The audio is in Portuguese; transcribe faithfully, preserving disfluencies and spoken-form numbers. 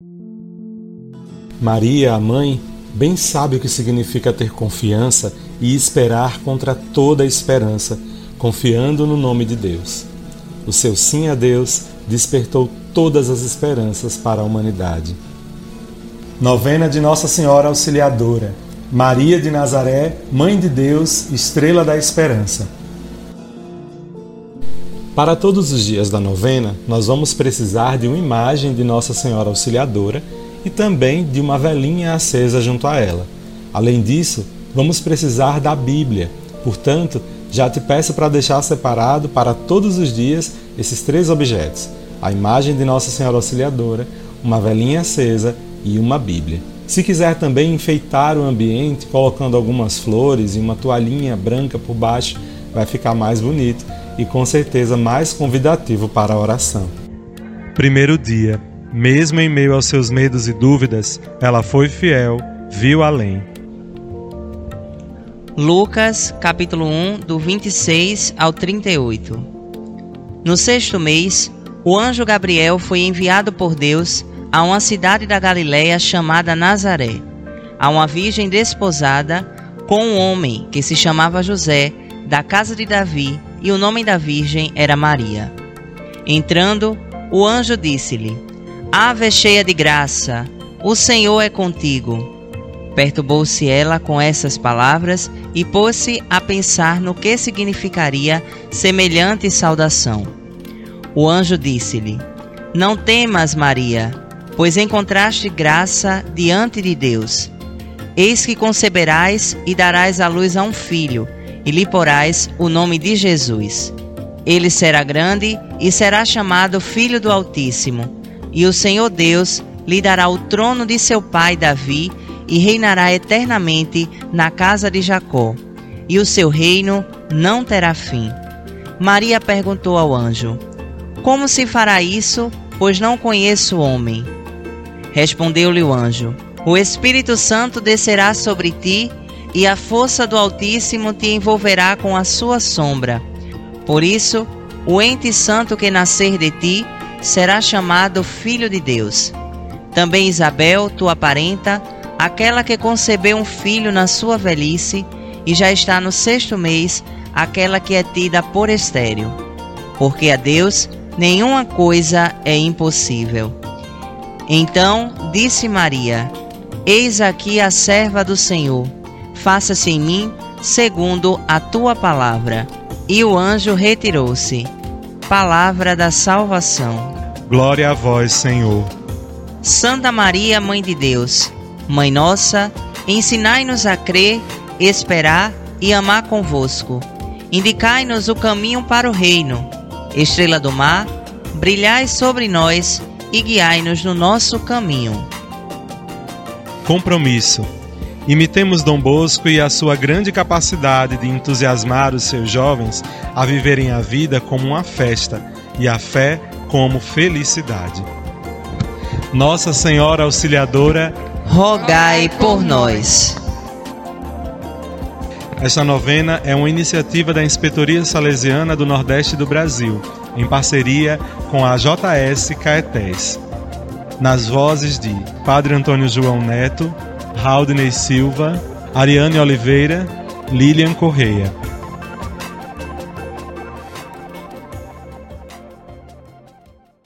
Maria, a mãe, bem sabe o que significa ter confiança e esperar contra toda esperança, confiando no nome de Deus. O seu sim a Deus despertou todas as esperanças para a humanidade. Novena de Nossa Senhora Auxiliadora. Maria de Nazaré, Mãe de Deus, Estrela da Esperança. Para todos os dias da novena, nós vamos precisar de uma imagem de Nossa Senhora Auxiliadora e também de uma velinha acesa junto a ela. Além disso, vamos precisar da Bíblia. Portanto, já te peço para deixar separado para todos os dias esses três objetos: a imagem de Nossa Senhora Auxiliadora, uma velinha acesa e uma Bíblia. Se quiser também enfeitar o ambiente colocando algumas flores e uma toalhinha branca por baixo, vai ficar mais bonito e com certeza mais convidativo para a oração. Primeiro dia. Mesmo em meio aos seus medos e dúvidas, ela foi fiel, viu além. Lucas, capítulo um, do vinte e seis ao trinta e oito. No sexto mês, o anjo Gabriel foi enviado por Deus a uma cidade da Galiléia chamada Nazaré, a uma virgem desposada com um homem que se chamava José, da casa de Davi, e o nome da virgem era Maria. Entrando, o anjo disse-lhe: Ave cheia de graça, o Senhor é contigo. Perturbou-se ela com essas palavras e pôs-se a pensar no que significaria semelhante saudação. O anjo disse-lhe: Não temas, Maria, pois encontraste graça diante de Deus. Eis que conceberás e darás à luz a um filho, e lhe porás o nome de Jesus. Ele será grande e será chamado Filho do Altíssimo. E o Senhor Deus lhe dará o trono de seu pai Davi e reinará eternamente na casa de Jacó, e o seu reino não terá fim. Maria perguntou ao anjo: Como se fará isso, pois não conheço homem? Respondeu-lhe o anjo: O Espírito Santo descerá sobre ti, e a força do Altíssimo te envolverá com a sua sombra. Por isso, o ente santo que nascer de ti será chamado Filho de Deus. Também Isabel, tua parenta, aquela que concebeu um filho na sua velhice, e já está no sexto mês, aquela que é tida por estéril. Porque a Deus nenhuma coisa é impossível. Então disse Maria: Eis aqui a serva do Senhor, faça-se em mim segundo a tua palavra. E o anjo retirou-se. Palavra da salvação. Glória a vós, Senhor. Santa Maria, Mãe de Deus, Mãe nossa, ensinai-nos a crer, esperar e amar convosco. Indicai-nos o caminho para o reino. Estrela do mar, brilhai sobre nós e guiai-nos no nosso caminho. Compromisso. Imitemos Dom Bosco e a sua grande capacidade de entusiasmar os seus jovens a viverem a vida como uma festa e a fé como felicidade. Nossa Senhora Auxiliadora, rogai por nós. Esta novena é uma iniciativa da Inspetoria Salesiana do Nordeste do Brasil, em parceria com a J S Caetés. Nas vozes de Padre Antônio João Neto, Raudney Silva, Ariane Oliveira, Lilian Correia.